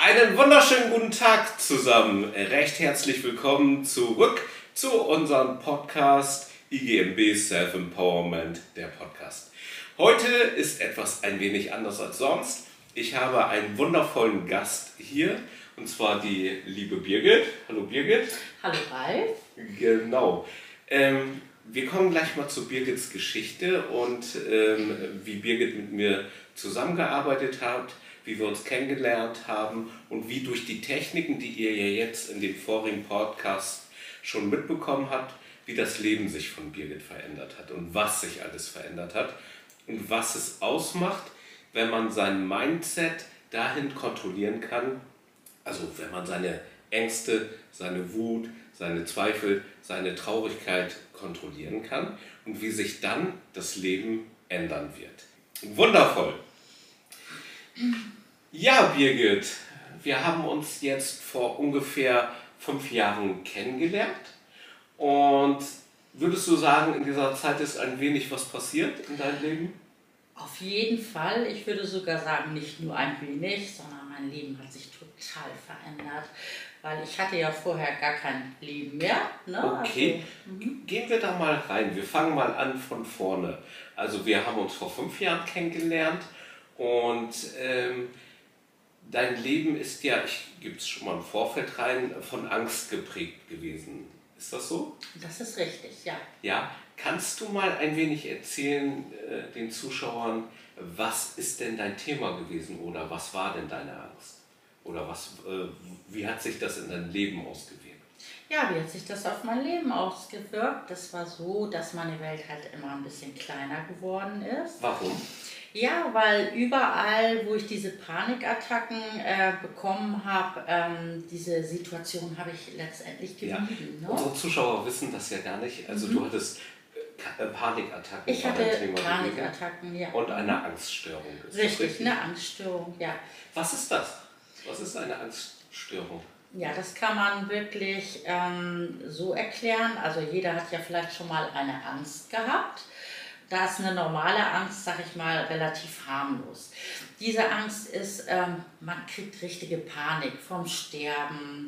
Einen wunderschönen guten Tag zusammen. Recht herzlich willkommen zurück zu unserem Podcast IGMB Self-Empowerment, der Podcast. Heute ist etwas ein wenig anders als sonst. Ich habe einen wundervollen Gast hier, und zwar die liebe Birgit. Hallo Birgit. Hallo Ralf. Genau. Wir kommen gleich mal zu Birgits Geschichte und wie Birgit mit mir zusammengearbeitet hat, wie wir uns kennengelernt haben und wie durch die Techniken, die ihr ja jetzt in dem vorigen Podcast schon mitbekommen habt, wie das Leben sich von Birgit verändert hat und was sich alles verändert hat und was es ausmacht, wenn man sein Mindset dahin kontrollieren kann, also wenn man seine Ängste, seine Wut, seine Zweifel, seine Traurigkeit kontrollieren kann und wie sich dann das Leben ändern wird. Wundervoll! Ja, Birgit, wir haben uns jetzt vor ungefähr 5 Jahren kennengelernt und würdest du sagen, in dieser Zeit ist ein wenig was passiert in deinem Leben? Auf jeden Fall. Ich würde sogar sagen, nicht nur ein wenig, sondern mein Leben hat sich total verändert, weil ich hatte ja vorher gar kein Leben mehr. Ne? Okay, Also, gehen wir da mal rein. Wir fangen mal an von vorne. Also wir haben uns vor 5 Jahren kennengelernt und dein Leben ist ja, ich gebe es schon mal im Vorfeld rein, von Angst geprägt gewesen. Ist das so? Das ist richtig, ja. Ja, kannst du mal ein wenig erzählen den Zuschauern, was ist denn dein Thema gewesen oder was war denn deine Angst? Oder wie hat sich das in deinem Leben ausgewirkt? Ja, wie hat sich das auf mein Leben ausgewirkt? Das war so, dass meine Welt halt immer ein bisschen kleiner geworden ist. Warum? Ja, weil überall, wo ich diese Panikattacken bekommen habe, diese Situation habe ich letztendlich gemieden. Ja. Ne? Unsere Zuschauer wissen das ja gar nicht. Also du hattest Panikattacken. Ich hatte Panikattacken, ja. Und eine Angststörung. Ist Richtig, eine Angststörung, ja. Was ist das? Was ist eine Angststörung? Ja, das kann man wirklich so erklären. Also jeder hat ja vielleicht schon mal eine Angst gehabt. Da ist eine normale Angst, sag ich mal, relativ harmlos. Diese Angst ist, man kriegt richtige Panik vom Sterben,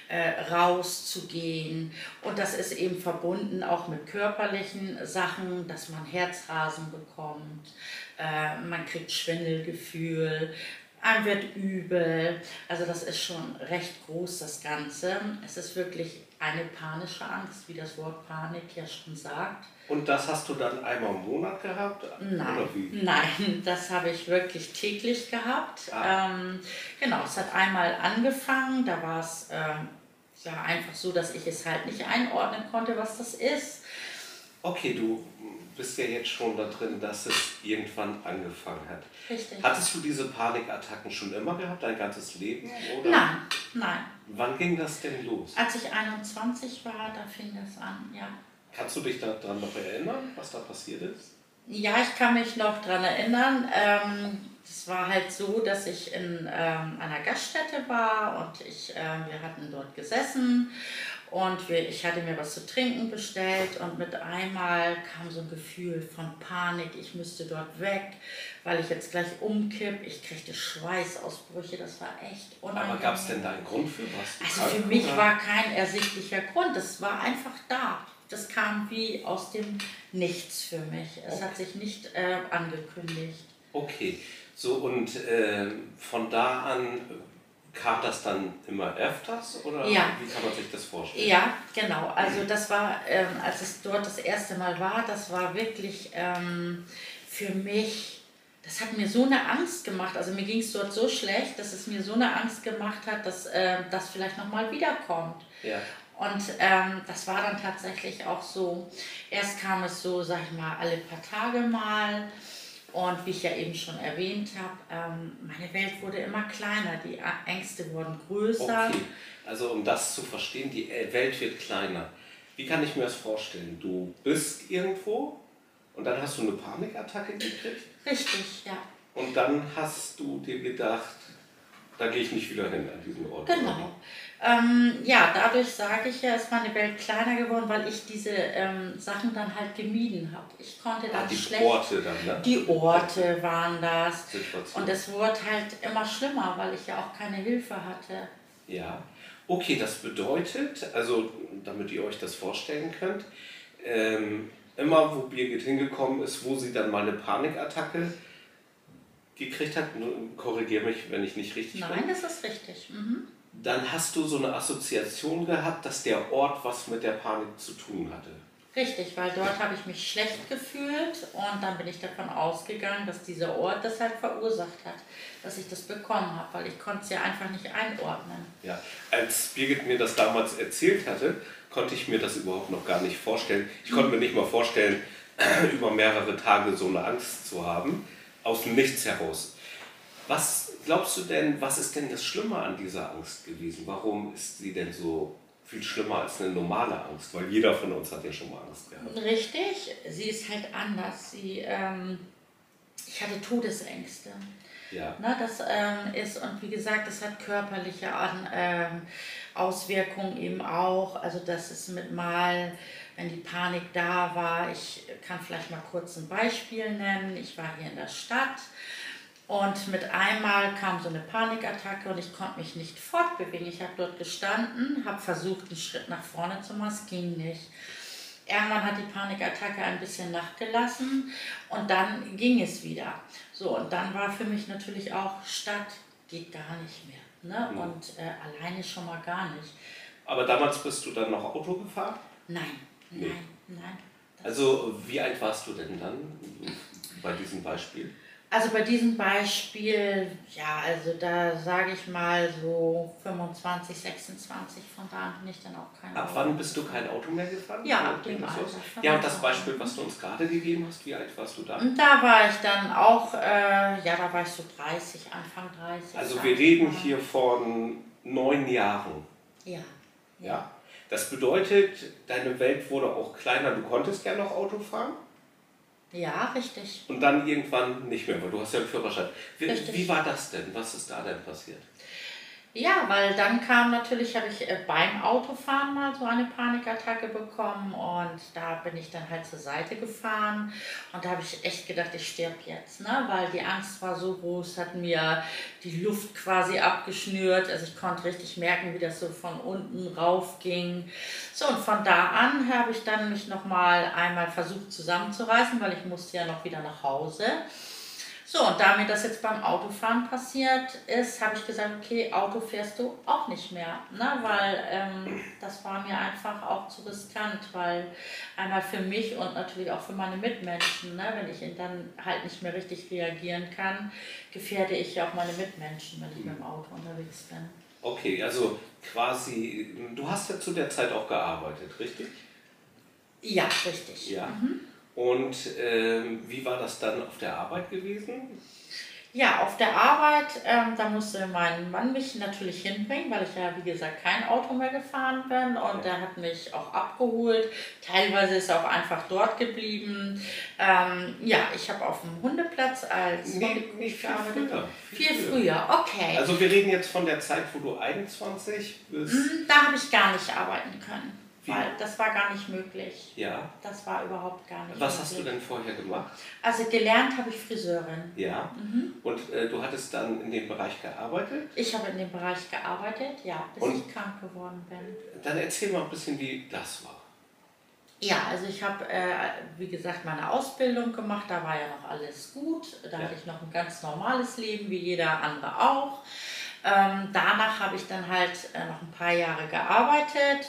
rauszugehen. Und das ist eben verbunden auch mit körperlichen Sachen, dass man Herzrasen bekommt, man kriegt Schwindelgefühl, einem wird übel. Also das ist schon recht groß, das Ganze. Es ist wirklich eine panische Angst, wie das Wort Panik ja schon sagt. Und das hast du dann einmal im Monat gehabt? Nein, oder wie? nein, das habe ich wirklich täglich gehabt. Genau, es hat einmal angefangen, da war es ja, einfach so, dass ich es halt nicht einordnen konnte, was das ist. Okay, du bist ja jetzt schon da drin, dass es irgendwann angefangen hat. Richtig. Hattest du diese Panikattacken schon immer gehabt, dein ganzes Leben? Oder? Nein, nein. Wann ging das denn los? Als ich 21 war, da fing das an, ja. Kannst du dich daran noch erinnern, was da passiert ist? Ja, ich kann mich noch daran erinnern. Es war halt so, dass ich in einer Gaststätte war und wir hatten dort gesessen und ich hatte mir was zu trinken bestellt und mit einmal kam so ein Gefühl von Panik, ich müsste dort weg, weil ich jetzt gleich umkipp. Ich kriegte Schweißausbrüche, das war echt unangenehm. Aber gab es denn da einen Grund für was? Also für mich war kein ersichtlicher Grund, das war einfach da. Das kam wie aus dem Nichts für mich. Es hat sich nicht angekündigt. Okay, so und von da an kam das dann immer öfters oder Ja. wie kann man sich das vorstellen? Ja, genau. Also das war, als es dort das erste Mal war, das war wirklich für mich, das hat mir so eine Angst gemacht. Also mir ging es dort so schlecht, dass es mir so eine Angst gemacht hat, dass das vielleicht nochmal wiederkommt. Ja. Und das war dann tatsächlich auch so, erst kam es so, sag ich mal, alle paar Tage mal. Und wie ich ja eben schon erwähnt habe, meine Welt wurde immer kleiner, die Ängste wurden größer. Okay, also um das zu verstehen, die Welt wird kleiner. Wie kann ich mir das vorstellen? Du bist irgendwo und dann hast du eine Panikattacke gekriegt? Richtig, ja. Und dann hast du dir gedacht, Da gehe ich nicht wieder hin an diesen Ort. Genau. Ja, dadurch sage ich ja, ist meine Welt kleiner geworden, weil ich diese Sachen dann halt gemieden habe. Ich konnte dann Die schlecht. Orte dann, ne? Die Orte waren das. Situation. Und es wurde halt immer schlimmer, weil ich ja auch keine Hilfe hatte. Ja. Okay, das bedeutet, also damit ihr euch das vorstellen könnt, immer wo Birgit hingekommen ist, wo sie dann mal eine Panikattacke gekriegt hat, korrigiere mich, wenn ich nicht richtig bin. Nein, das ist richtig. Mhm. Dann hast du so eine Assoziation gehabt, dass der Ort was mit der Panik zu tun hatte. Richtig, weil dort habe ich mich schlecht gefühlt und dann bin ich davon ausgegangen, dass dieser Ort das halt verursacht hat, dass ich das bekommen habe, weil ich konnte es ja einfach nicht einordnen. Ja, als Birgit mir das damals erzählt hatte, konnte ich mir das überhaupt noch gar nicht vorstellen. Ich konnte mir nicht mal vorstellen, über mehrere Tage so eine Angst zu haben, aus dem Nichts heraus. Was glaubst du denn, was ist denn das Schlimme an dieser Angst gewesen? Warum ist sie denn so viel schlimmer als eine normale Angst? Weil jeder von uns hat ja schon mal Angst gehabt. Richtig, sie ist halt anders. Ich hatte Todesängste. Ja. Ne, das ist, und wie gesagt, das hat körperliche Auswirkungen eben auch. Also das ist wenn die Panik da war, ich kann vielleicht mal kurz ein Beispiel nennen. Ich war hier in der Stadt und mit einmal kam so eine Panikattacke und ich konnte mich nicht fortbewegen. Ich habe dort gestanden, habe versucht, einen Schritt nach vorne zu machen, es ging nicht. Irgendwann hat die Panikattacke ein bisschen nachgelassen und dann ging es wieder. So, und dann war für mich natürlich auch Stadt, geht gar nicht mehr. Ne? Und alleine schon mal gar nicht. Aber damals bist du dann noch Auto gefahren? Nein, Nee. nein. Also wie alt warst du denn dann bei diesem Beispiel? Also bei diesem Beispiel, ja, also da sage ich mal so 25, 26, von da bin ich dann auch kein Auto. Ab wann bist du kein Auto mehr gefahren? Ja, ab dem Alter. Ja, und das Beispiel, was du uns gerade gegeben hast, wie alt warst du da? Und da war ich dann auch, da war ich so 30, Anfang 30. Also wir reden hier von 9 Jahren. Ja. Das bedeutet, deine Welt wurde auch kleiner, du konntest ja noch Auto fahren? Ja, richtig. Und dann irgendwann nicht mehr, weil du hast ja einen Führerschein. Richtig. Wie war das denn? Was ist da denn passiert? Ja, weil dann habe ich beim Autofahren mal so eine Panikattacke bekommen und da bin ich dann halt zur Seite gefahren und da habe ich echt gedacht, ich sterbe jetzt, ne? Weil die Angst war so groß, hat mir die Luft quasi abgeschnürt, also ich konnte richtig merken, wie das so von unten rauf ging. So, und von da an habe ich dann mich nochmal einmal versucht zusammenzureißen, weil ich musste ja noch wieder nach Hause. So, und da mir das jetzt beim Autofahren passiert ist, habe ich gesagt, okay, Auto fährst du auch nicht mehr, ne? Weil das war mir einfach auch zu riskant, weil einmal für mich und natürlich auch für meine Mitmenschen, ne? Wenn ich dann halt nicht mehr richtig reagieren kann, gefährde ich ja auch meine Mitmenschen, wenn ich mit dem Auto unterwegs bin. Okay, also quasi, du hast ja zu der Zeit auch gearbeitet, richtig? Ja, richtig. Ja. Und wie war das dann auf der Arbeit gewesen? Ja, auf der Arbeit, da musste mein Mann mich natürlich hinbringen, weil ich ja, wie gesagt, kein Auto mehr gefahren bin und der hat mich auch abgeholt. Teilweise ist er auch einfach dort geblieben. Ich habe auf dem Hundeplatz als Nicht viel früher. Viel früher, okay. Also wir reden jetzt von der Zeit, wo du 21 bist. Da habe ich gar nicht arbeiten können, Wie? weil das war gar nicht möglich. Ja. Das war überhaupt gar nicht Was möglich. hast du denn vorher gemacht? Also gelernt habe ich Friseurin. Ja. Und du hattest dann in dem Bereich gearbeitet? Ich habe in dem Bereich gearbeitet, ja, bis Und ich krank geworden bin. Dann erzähl mal ein bisschen, wie das war. Ja, also ich habe, wie gesagt, meine Ausbildung gemacht, da war ja noch alles gut. Da hatte ich noch ein ganz normales Leben, wie jeder andere auch. Danach habe ich dann halt noch ein paar Jahre gearbeitet.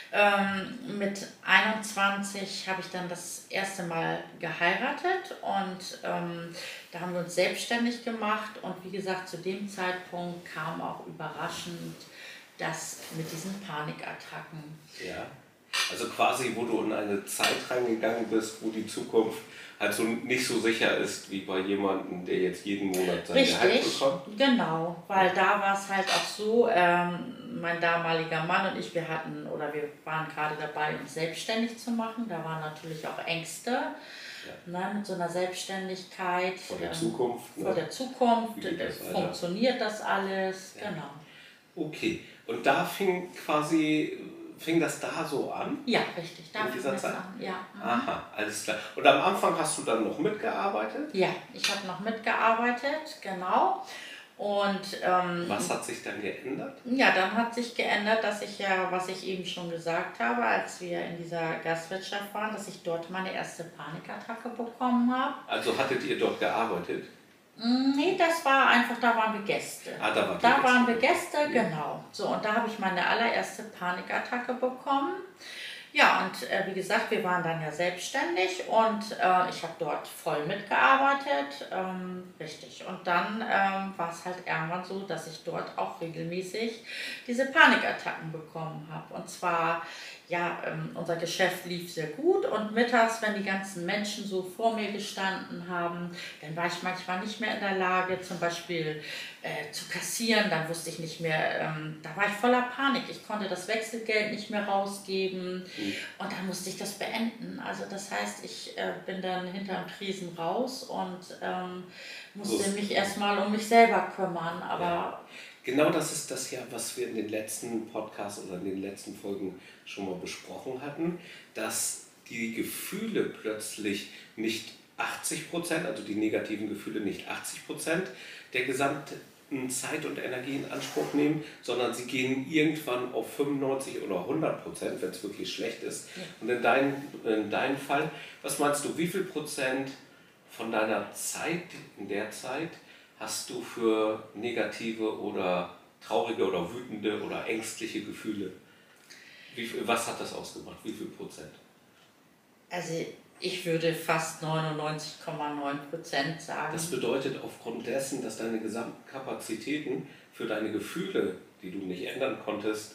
Mit 21 habe ich dann das erste Mal geheiratet und da haben wir uns selbstständig gemacht und wie gesagt, zu dem Zeitpunkt kam auch überraschend das mit diesen Panikattacken. Ja. Also quasi, wo du in eine Zeit reingegangen bist, wo die Zukunft halt so nicht so sicher ist wie bei jemandem, der jetzt jeden Monat sein Gehalt bekommt. Genau, weil da war es halt auch so, mein damaliger Mann und ich, wir waren gerade dabei, uns selbstständig zu machen, da waren natürlich auch Ängste. ne, mit so einer Selbstständigkeit. Vor der Zukunft. Vor der Zukunft funktioniert das alles, genau. Okay, und da fing das da so an? Ja, richtig, da in dieser Zeit? An, ja. Aha, alles klar. Und am Anfang hast du dann noch mitgearbeitet? Ja, ich habe noch mitgearbeitet, genau. Und was hat sich dann geändert? Ja, dann hat sich geändert, dass ich ja, was ich eben schon gesagt habe, als wir in dieser Gastwirtschaft waren, dass ich dort meine erste Panikattacke bekommen habe. Also hattet ihr dort gearbeitet? Nee, das war einfach, da waren wir Gäste. Ah, da waren wir Gäste, genau. So, und da habe ich meine allererste Panikattacke bekommen. Ja, und wie gesagt, wir waren dann ja selbstständig und ich habe dort voll mitgearbeitet, richtig. Und dann war es halt irgendwann so, dass ich dort auch regelmäßig diese Panikattacken bekommen habe. Und zwar, ja, unser Geschäft lief sehr gut und mittags, wenn die ganzen Menschen so vor mir gestanden haben, dann war ich manchmal nicht mehr in der Lage, zum Beispiel zu kassieren, dann wusste ich nicht mehr, da war ich voller Panik, ich konnte das Wechselgeld nicht mehr rausgeben und dann musste ich das beenden. Also das heißt, ich bin dann hinterm Tresen raus und musste mich erstmal um mich selber kümmern, aber... Ja. Genau das ist das ja, was wir in den letzten Podcasts oder in den letzten Folgen schon mal besprochen hatten, dass die Gefühle plötzlich nicht 80%, also die negativen Gefühle nicht 80% der gesamten Zeit und Energie in Anspruch nehmen, sondern sie gehen irgendwann auf 95 oder 100%, wenn es wirklich schlecht ist. Ja. Und in deinem Fall, was meinst du, wie viel Prozent von deiner Zeit in der Zeit hast du für negative oder traurige oder wütende oder ängstliche Gefühle? Was hat das ausgemacht? Wie viel Prozent? Also ich würde fast 99,9% sagen. Das bedeutet aufgrund dessen, dass deine gesamten Kapazitäten für deine Gefühle, die du nicht ändern konntest,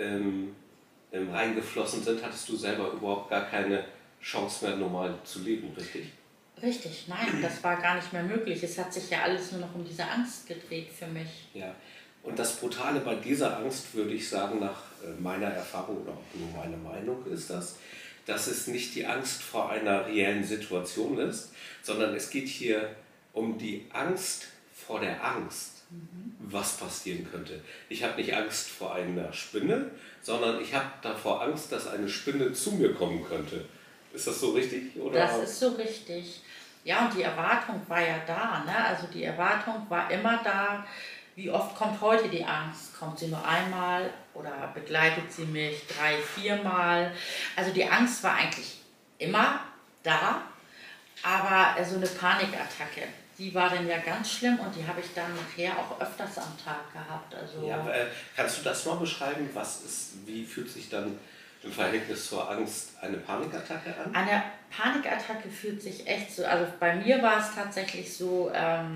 reingeflossen sind, hattest du selber überhaupt gar keine Chance mehr normal zu leben, richtig? Richtig, nein, das war gar nicht mehr möglich. Es hat sich ja alles nur noch um diese Angst gedreht für mich. Ja, und das Brutale bei dieser Angst, würde ich sagen, nach meiner Erfahrung oder auch nur meine Meinung ist das, dass es nicht die Angst vor einer reellen Situation ist, sondern es geht hier um die Angst vor der Angst, was passieren könnte. Ich habe nicht Angst vor einer Spinne, sondern ich habe davor Angst, dass eine Spinne zu mir kommen könnte. Ist das so richtig? Oder? Das ist so richtig. Ja, und die Erwartung war ja da, ne? Also die Erwartung war immer da. Wie oft kommt heute die Angst? Kommt sie nur einmal oder begleitet sie mich 3, 4 Mal? Also die Angst war eigentlich immer da, aber so eine Panikattacke, die war dann ja ganz schlimm und die habe ich dann nachher auch öfters am Tag gehabt. Also ja, kannst du das mal beschreiben? Wie fühlt sich dann im Verhältnis zur Angst eine Panikattacke an? Eine Panikattacke fühlt sich echt so, also bei mir war es tatsächlich so,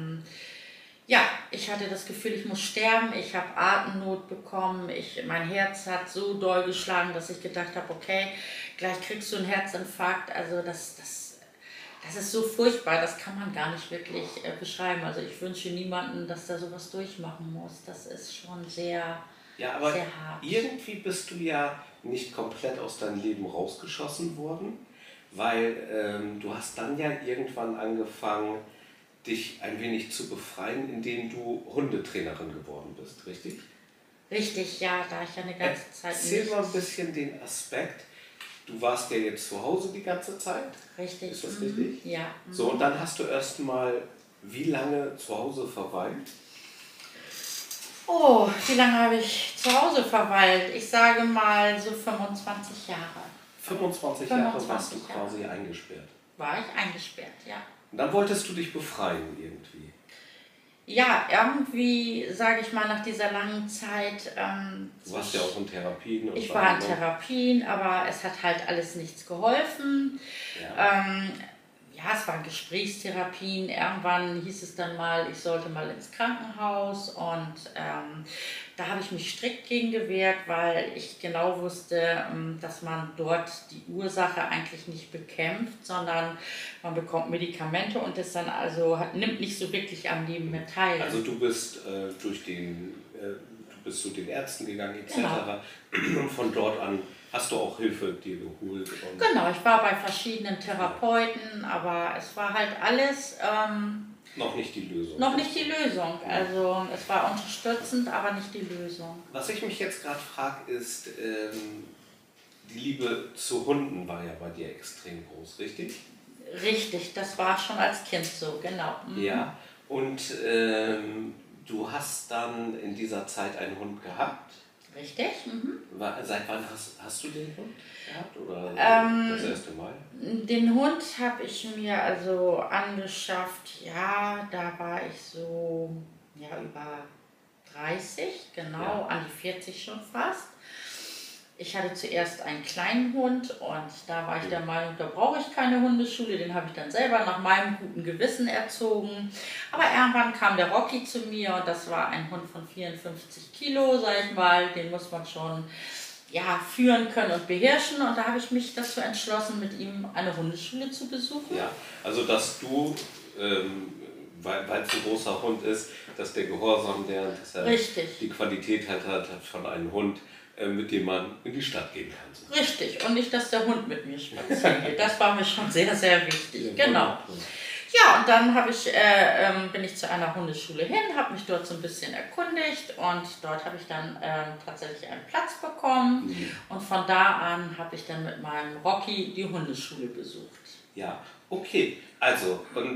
ja, ich hatte das Gefühl, ich muss sterben, ich habe Atemnot bekommen, mein Herz hat so doll geschlagen, dass ich gedacht habe, okay, gleich kriegst du einen Herzinfarkt, also das ist so furchtbar, das kann man gar nicht wirklich beschreiben. Also ich wünsche niemandem, dass der sowas durchmachen muss, das ist schon sehr, ja, aber sehr hart. Irgendwie bist du ja nicht komplett aus deinem Leben rausgeschossen worden, weil du hast dann ja irgendwann angefangen, dich ein wenig zu befreien, indem du Hundetrainerin geworden bist, richtig? Richtig, ja, da ich ja eine ganze Zeit nicht... Erzähl mal ein bisschen den Aspekt. Du warst ja jetzt zu Hause die ganze Zeit. Richtig. Ist das richtig? Ja. So, und dann hast du erst mal wie lange zu Hause verweilt? Oh, wie lange habe ich zu Hause verweilt? Ich sage mal so 25 Jahre. 25 Jahre warst du quasi eingesperrt. War ich eingesperrt, ja. Und dann wolltest du dich befreien irgendwie. Ja, irgendwie, sage ich mal, nach dieser langen Zeit... du warst ja auch in Therapien. Und ich war in Therapien, aber es hat halt alles nichts geholfen. Ja. Ja, es waren Gesprächstherapien. Irgendwann hieß es dann mal, ich sollte mal ins Krankenhaus und da habe ich mich strikt gegen gewehrt, weil ich genau wusste, dass man dort die Ursache eigentlich nicht bekämpft, sondern man bekommt Medikamente und das dann also nimmt nicht so wirklich am Leben mehr teil. Also du bist du bist zu den Ärzten gegangen etc. Genau. Und von dort an Hast du auch Hilfe dir geholt? Genau, ich war bei verschiedenen Therapeuten, aber es war halt alles noch nicht die Lösung. noch nicht die Lösung. Also es war unterstützend, aber nicht die Lösung. Was ich mich jetzt gerade frage, ist, die Liebe zu Hunden war ja bei dir extrem groß, richtig? Richtig, das war schon als Kind so, genau. Ja, und du hast dann in dieser Zeit einen Hund gehabt? Richtig. Seit wann hast du den Hund gehabt oder das erste Mal? Den Hund habe ich mir also angeschafft, ja, da war ich so ja, über 30, genau, Ja. an die 40 schon fast. Ich hatte zuerst einen kleinen Hund und da war ich der Meinung, da brauche ich keine Hundeschule, den habe ich dann selber nach meinem guten Gewissen erzogen. Aber irgendwann kam der Rocky zu mir und das war ein Hund von 54 Kilo, sag ich mal, den muss man schon ja, führen können und beherrschen und da habe ich mich dazu entschlossen, mit ihm eine Hundeschule zu besuchen. Ja, also dass du, weil es ein großer Hund ist, dass der Gehorsam lernt, dass er Richtig. die Qualität hat von einem Hund, mit dem man in die Stadt gehen kann. So. Richtig, und nicht, dass der Hund mit mir spazieren geht. Das war mir schon sehr, sehr wichtig. Ja, genau. Ja, und dann bin ich zu einer Hundeschule hin, habe mich dort so ein bisschen erkundigt und dort habe ich dann tatsächlich einen Platz bekommen. Und von da an habe ich dann mit meinem Rocky die Hundeschule besucht. Ja, okay. Also, und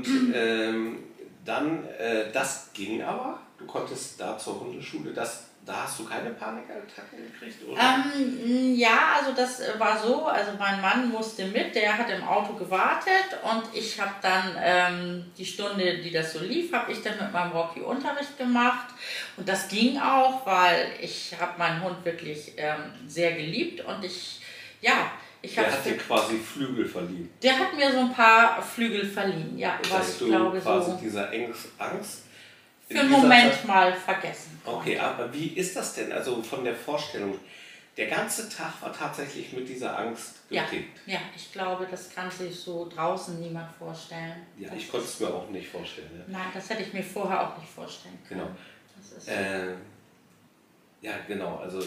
dann, das ging aber. Du konntest da zur Hundeschule, da hast du keine Panikattacken gekriegt, oder? Ja, also das war so, also mein Mann musste mit, der hat im Auto gewartet und ich habe dann die Stunde, die das so lief, habe ich dann mit meinem Rocky Unterricht gemacht und das ging auch, weil ich habe meinen Hund wirklich sehr geliebt und Der hat dir quasi Flügel verliehen. Der hat mir so ein paar Flügel verliehen, ja, was ich glaube quasi so diese Angst für einen Moment mal vergessen. Okay, aber wie ist das denn, also von der Vorstellung? Der ganze Tag war tatsächlich mit dieser Angst geprägt. Ja, ich glaube, das kann sich so draußen niemand vorstellen. Ja, ich konnte es mir auch nicht vorstellen. Ja. Nein, das hätte ich mir vorher auch nicht vorstellen können. Genau. Das ist ja, genau, also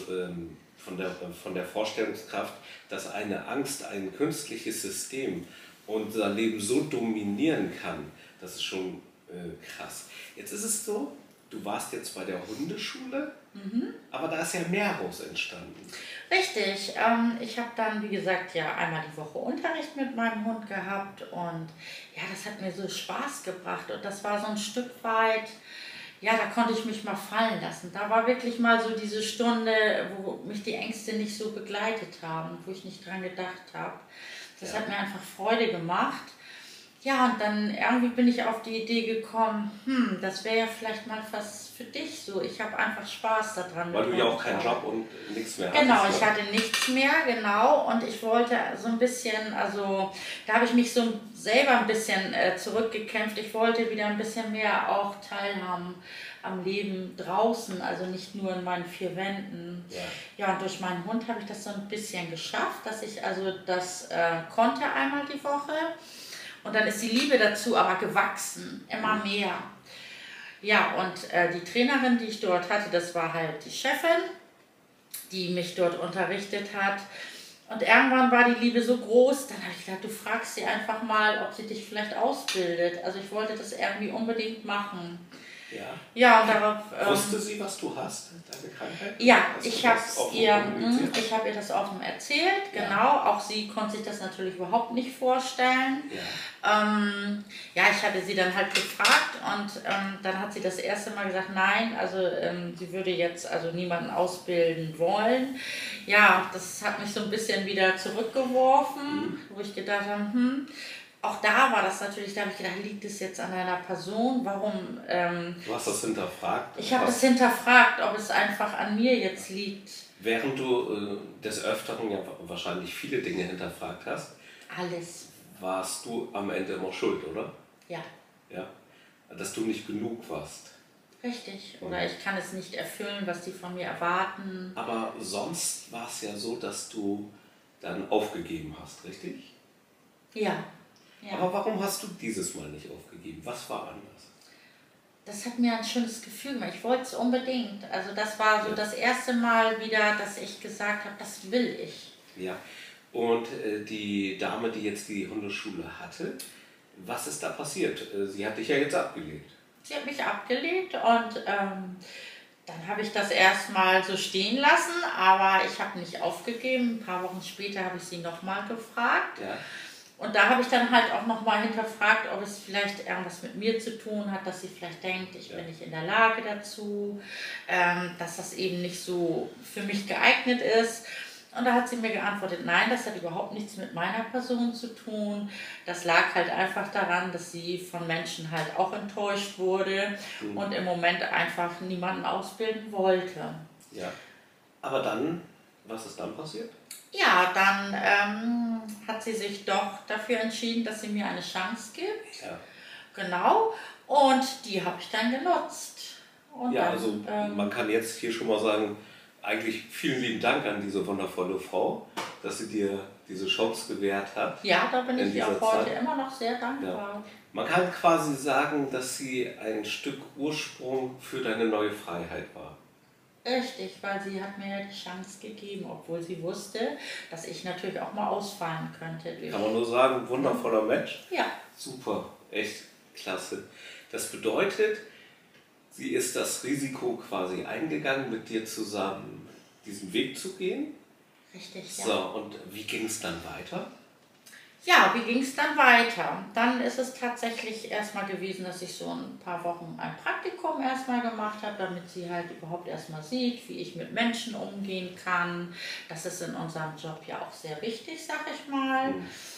von der Vorstellungskraft, dass eine Angst ein künstliches System unser Leben so dominieren kann, das ist schon krass. Jetzt ist es so, du warst jetzt bei der Hundeschule, aber da ist ja mehr raus entstanden. Richtig. Ich habe dann, wie gesagt, ja einmal die Woche Unterricht mit meinem Hund gehabt und ja, das hat mir so Spaß gebracht und das war so ein Stück weit, ja, da konnte ich mich mal fallen lassen. Da war wirklich mal so diese Stunde, wo mich die Ängste nicht so begleitet haben, wo ich nicht dran gedacht habe. Das hat mir einfach Freude gemacht. Ja, und dann irgendwie bin ich auf die Idee gekommen, das wäre ja vielleicht mal was für dich so. Ich habe einfach Spaß daran. Weil du ja auch keinen Job und nichts mehr hattest. Genau, ich hatte nichts mehr, genau. Und ich wollte so ein bisschen, also da habe ich mich so selber ein bisschen zurückgekämpft. Ich wollte wieder ein bisschen mehr auch teilhaben am Leben draußen, also nicht nur in meinen vier Wänden. Ja, und durch meinen Hund habe ich das so ein bisschen geschafft, dass ich also das konnte einmal die Woche. Und dann ist die Liebe dazu aber gewachsen, immer mehr. Ja, und die Trainerin, die ich dort hatte, das war halt die Chefin, die mich dort unterrichtet hat. Und irgendwann war die Liebe so groß, dann habe ich gedacht, du fragst sie einfach mal, ob sie dich vielleicht ausbildet. Also ich wollte das irgendwie unbedingt machen. Ja. Ja, und darauf. Wusste sie, was du hast, deine Krankheit? Ja, ich habe ihr das offen erzählt, genau. Auch sie konnte sich das natürlich überhaupt nicht vorstellen. Ja, ich hatte sie dann halt gefragt und dann hat sie das erste Mal gesagt, nein, also sie würde jetzt also niemanden ausbilden wollen. Ja, das hat mich so ein bisschen wieder zurückgeworfen, wo ich gedacht habe, auch da war das natürlich, da habe ich gedacht, liegt es jetzt an einer Person? Warum? Du hast das hinterfragt? Ich habe das hinterfragt, ob es einfach an mir jetzt liegt. Während du des Öfteren ja wahrscheinlich viele Dinge hinterfragt hast. Alles. Warst du am Ende immer schuld, oder? Ja. Ja. Dass du nicht genug warst. Richtig. Oder ich kann es nicht erfüllen, was die von mir erwarten. Aber sonst war es ja so, dass du dann aufgegeben hast, richtig? Ja. Ja. Aber warum hast du dieses Mal nicht aufgegeben? Was war anders? Das hat mir ein schönes Gefühl gemacht. Ich wollte es unbedingt. Also das war so das erste Mal wieder, dass ich gesagt habe, das will ich. Ja. Und die Dame, die jetzt die Hundeschule hatte, was ist da passiert? Sie hat dich ja jetzt abgelehnt. Sie hat mich abgelehnt und dann habe ich das erstmal so stehen lassen, aber ich habe nicht aufgegeben. Ein paar Wochen später habe ich sie nochmal gefragt. Ja. Und da habe ich dann halt auch nochmal hinterfragt, ob es vielleicht irgendwas mit mir zu tun hat, dass sie vielleicht denkt, ich bin nicht in der Lage dazu, dass das eben nicht so für mich geeignet ist. Und da hat sie mir geantwortet, nein, das hat überhaupt nichts mit meiner Person zu tun. Das lag halt einfach daran, dass sie von Menschen halt auch enttäuscht wurde und im Moment einfach niemanden ausbilden wollte. Ja. Aber dann, was ist dann passiert? Ja, dann hat sie sich doch dafür entschieden, dass sie mir eine Chance gibt. Ja. Genau. Und die habe ich dann genutzt. Und Ja, dann, also man kann jetzt hier schon mal sagen, eigentlich vielen lieben Dank an diese wundervolle Frau, dass sie dir diese Chance gewährt hat. Ja, da bin ich ihr auch heute Zeit. immer noch sehr dankbar. Ja. Man kann quasi sagen, dass sie ein Stück Ursprung für deine neue Freiheit war. Richtig, weil sie hat mir ja die Chance gegeben, obwohl sie wusste, dass ich natürlich auch mal ausfallen könnte. Kann man nur sagen, wundervoller Mensch. Ja. Super, echt klasse. Das bedeutet, sie ist das Risiko quasi eingegangen, mit dir zusammen diesen Weg zu gehen. Richtig, ja. So, und wie ging es dann weiter? Ja, wie ging es dann weiter? Dann ist es tatsächlich erstmal gewesen, dass ich so ein paar Wochen ein Praktikum erstmal gemacht habe, damit sie halt überhaupt erstmal sieht, wie ich mit Menschen umgehen kann. Das ist in unserem Job ja auch sehr wichtig, sag ich mal.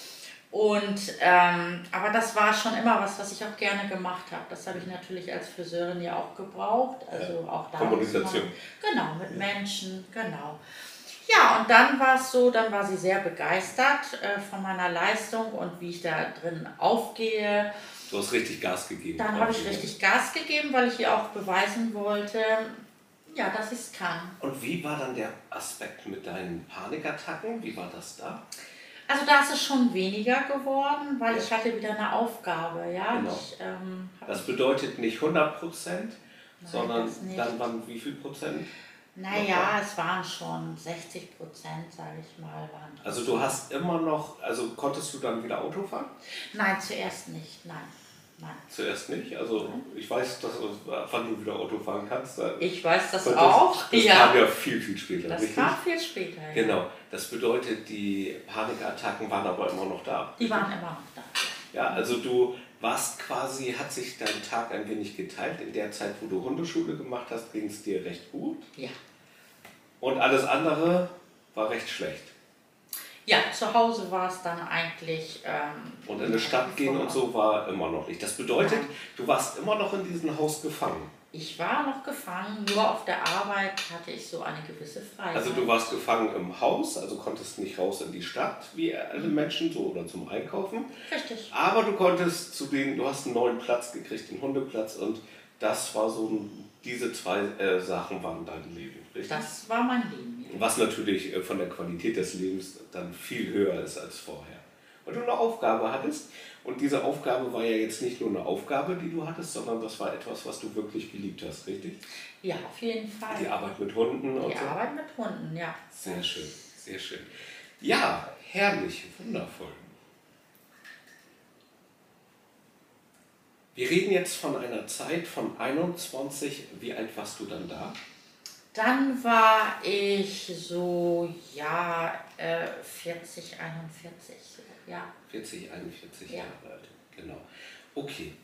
Und, aber das war schon immer was ich auch gerne gemacht habe. Das habe ich natürlich als Friseurin ja auch gebraucht. Also auch da Kommunikation. Genau, mit Menschen, genau. Ja, und dann war es so, dann war sie sehr begeistert von meiner Leistung und wie ich da drin aufgehe. Du hast richtig Gas gegeben. Dann habe ich richtig Gas gegeben, weil ich ihr auch beweisen wollte, ja, dass ich es kann. Und wie war dann der Aspekt mit deinen Panikattacken? Wie war das da? Also da ist es schon weniger geworden, weil Ja. ich hatte wieder eine Aufgabe. Ja? Genau. Ich, Das bedeutet nicht 100%, sondern das nicht. dann waren wie viel Prozent? Naja, es waren schon 60%, sage ich mal. Waren das. Also du hast immer noch, also konntest du dann wieder Auto fahren? Nein, zuerst nicht, nein. Nein. Zuerst nicht, also ich weiß, dass, wann du wieder Auto fahren kannst. Ich weiß das Und auch. Das ja. kam ja viel, viel später. Das richtig? kam viel später. Ja. Genau, das bedeutet, die Panikattacken waren aber immer noch da. Die waren immer noch da. Ja, also du warst quasi, hat sich dein Tag ein wenig geteilt. In der Zeit, wo du Hundeschule gemacht hast, ging es dir recht gut. Ja. Und alles andere war recht schlecht. Ja, zu Hause war es dann eigentlich. Und in die Stadt gehen und so war immer noch nicht. Das bedeutet, du warst immer noch in diesem Haus gefangen. Ich war noch gefangen, nur auf der Arbeit hatte ich so eine gewisse Freiheit. Also du warst gefangen im Haus, also konntest nicht raus in die Stadt, wie alle Menschen, so oder zum Einkaufen. Richtig. Aber du konntest du hast einen neuen Platz gekriegt, den Hundeplatz, und das war so, diese zwei Sachen waren dein Leben, richtig? Das war mein Leben, ja. Was natürlich von der Qualität des Lebens dann viel höher ist als vorher. Weil du eine Aufgabe hattest, und diese Aufgabe war ja jetzt nicht nur eine Aufgabe, die du hattest, sondern das war etwas, was du wirklich geliebt hast, richtig? Ja, auf jeden Fall. Die Arbeit mit Hunden und Die so. Arbeit mit Hunden, ja. Sehr schön, sehr schön. Ja, herrlich, wundervoll. Wir reden jetzt von einer Zeit von 21. Wie alt warst du dann da? Dann war ich so, ja, 40, 41, ja. 40, 41 Ja. Jahre alt, genau. Okay.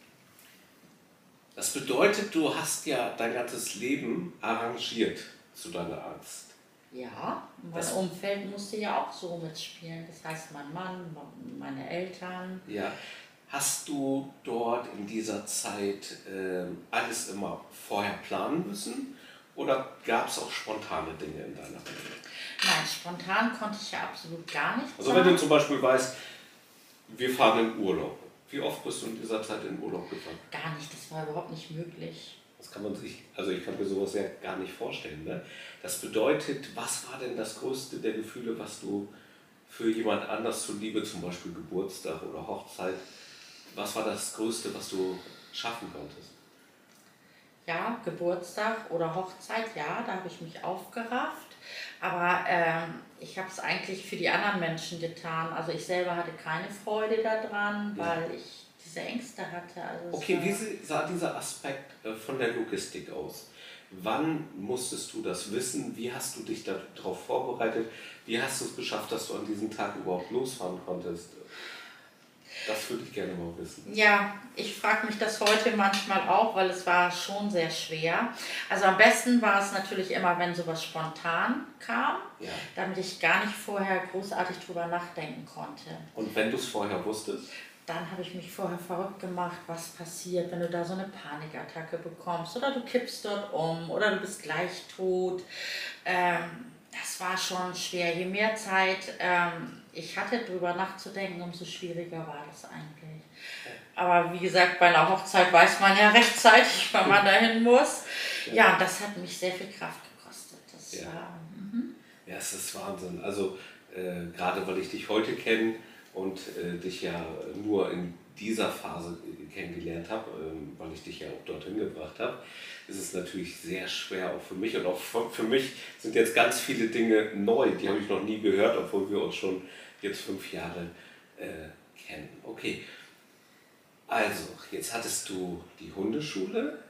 Das bedeutet, du hast ja dein ganzes Leben arrangiert zu deiner Angst. Ja, mein Umfeld musste ja auch so mitspielen. Das heißt, mein Mann, meine Eltern. Ja. Hast du dort in dieser Zeit alles immer vorher planen müssen? Oder gab es auch spontane Dinge in deiner Welt? Nein, spontan konnte ich ja absolut gar nicht. Also wenn du zum Beispiel weißt, wir fahren in Urlaub. Wie oft bist du in dieser Zeit in Urlaub gefahren? Gar nicht, das war überhaupt nicht möglich. Das kann man sich, also ich kann mir sowas ja gar nicht vorstellen. Ne? Das bedeutet, was war denn das größte der Gefühle, was du für jemand anders zuliebe, zum Beispiel Geburtstag oder Hochzeit, was war das Größte, was du schaffen konntest? ja, Geburtstag oder Hochzeit, ja, da habe ich mich aufgerafft. Aber ich habe es eigentlich für die anderen Menschen getan. Also ich selber hatte keine Freude daran, weil ich diese Ängste hatte. Also Okay, wie sah dieser Aspekt von der Logistik aus? Wann musstest du das wissen? Wie hast du dich darauf vorbereitet? Wie hast du es geschafft, dass du an diesem Tag überhaupt losfahren konntest? Das würde ich gerne mal wissen. Ja, ich frage mich das heute manchmal auch, weil es war schon sehr schwer. Also am besten war es natürlich immer, wenn sowas spontan kam, Ja. damit ich gar nicht vorher großartig drüber nachdenken konnte. Und wenn du es vorher wusstest? Dann habe ich mich vorher verrückt gemacht, was passiert, wenn du da so eine Panikattacke bekommst oder du kippst dort um oder du bist gleich tot. Das war schon schwer. Je mehr Zeit ich hatte, drüber nachzudenken, umso schwieriger war das eigentlich. Aber wie gesagt, bei einer Hochzeit weiß man ja rechtzeitig, wann man dahin muss. Ja, und das hat mich sehr viel Kraft gekostet. Das war, ja, es ist Wahnsinn. Also gerade weil ich dich heute kenne und dich ja nur in dieser Phase kennengelernt habe, weil ich dich ja auch dorthin gebracht habe, ist es natürlich sehr schwer, auch für mich. Und auch für mich sind jetzt ganz viele Dinge neu, die habe ich noch nie gehört, obwohl wir uns schon jetzt 5 Jahre kennen. Okay, also jetzt hattest du die Hundeschule,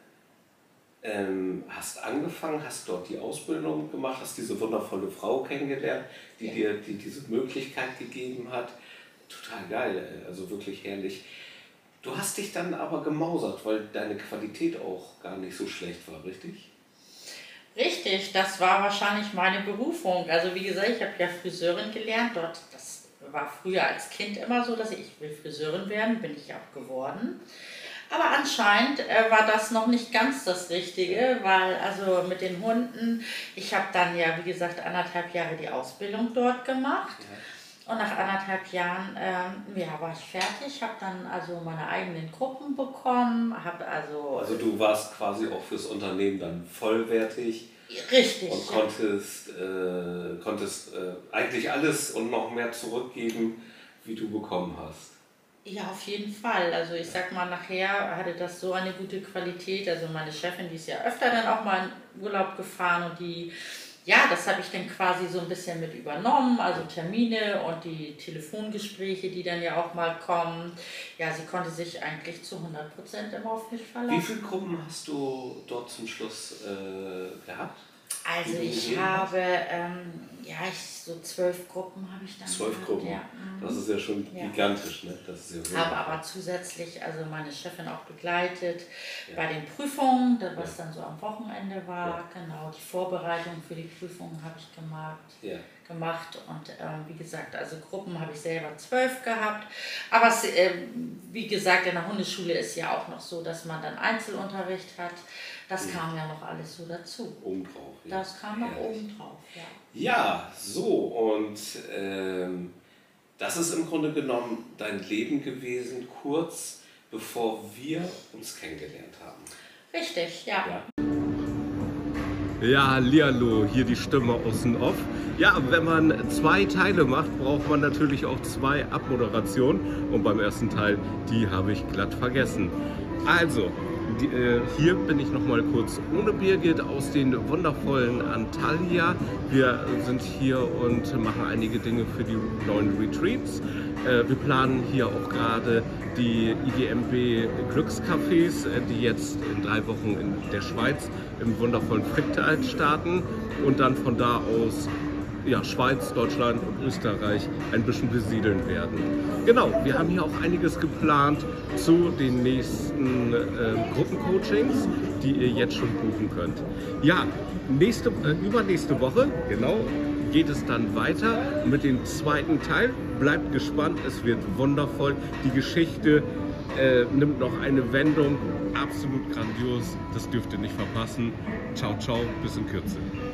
hast angefangen, hast dort die Ausbildung gemacht, hast diese wundervolle Frau kennengelernt, die dir diese Möglichkeit gegeben hat. Total geil, also wirklich herrlich. Du hast dich dann aber gemausert, weil deine Qualität auch gar nicht so schlecht war, richtig? richtig, das war wahrscheinlich meine Berufung. Also wie gesagt, ich habe ja Friseurin gelernt dort. Das war früher als Kind immer so, dass ich will Friseurin werden, bin ich auch geworden. Aber anscheinend war das noch nicht ganz das Richtige, weil also mit den Hunden, ich habe dann ja, wie gesagt, 1,5 Jahre die Ausbildung dort gemacht. Ja. Und nach 1,5 Jahren war ich fertig, habe dann also meine eigenen Gruppen bekommen, habe Also du warst quasi auch fürs Unternehmen dann vollwertig. Richtig. Und konntest eigentlich alles und noch mehr zurückgeben, wie du bekommen hast. Ja, auf jeden Fall. Also ich sag mal, nachher hatte das so eine gute Qualität. Also meine Chefin, die ist ja öfter dann auch mal in Urlaub gefahren und das habe ich dann quasi so ein bisschen mit übernommen, also Termine und die Telefongespräche, die dann ja auch mal kommen. Ja, sie konnte sich eigentlich zu 100% immer auf mich verlassen. Wie viele Gruppen hast du dort zum Schluss gehabt? Also ich habe, so 12 Gruppen habe ich dann 12 gehabt, Gruppen, ja. das ist ja schon gigantisch, ne? Das ist ja Habe aber zusätzlich also meine Chefin auch begleitet bei den Prüfungen, was dann so am Wochenende war. Genau, die Vorbereitung für die Prüfungen habe ich gemacht und wie gesagt, also Gruppen habe ich selber 12 gehabt. Aber es, wie gesagt, in der Hundeschule ist ja auch noch so, dass man dann Einzelunterricht hat. Das kam ja noch alles so dazu. Obendrauf. Ja. Das kam noch obendrauf, ja. Ja, so und das ist im Grunde genommen dein Leben gewesen, kurz bevor wir uns kennengelernt haben. Richtig, ja. Ja, hallihallo, hier die Stimme aus dem Off. Ja, wenn man 2 Teile macht, braucht man natürlich auch 2 Abmoderationen. Und beim ersten Teil, die habe ich glatt vergessen. Also, hier bin ich noch mal kurz ohne Birgit aus den wundervollen Antalya. Wir sind hier und machen einige Dinge für die neuen Retreats. Wir planen hier auch gerade die IDMB Glückscafés, die jetzt in 3 Wochen in der Schweiz im wundervollen Fricktal starten und dann von da aus Schweiz, Deutschland und Österreich ein bisschen besiedeln werden. Genau, wir haben hier auch einiges geplant zu den nächsten Gruppencoachings, die ihr jetzt schon buchen könnt. Ja, übernächste Woche, genau, geht es dann weiter mit dem 2. Teil. Bleibt gespannt, es wird wundervoll. Die Geschichte nimmt noch eine Wendung, absolut grandios, das dürft ihr nicht verpassen. Ciao, ciao, bis in Kürze.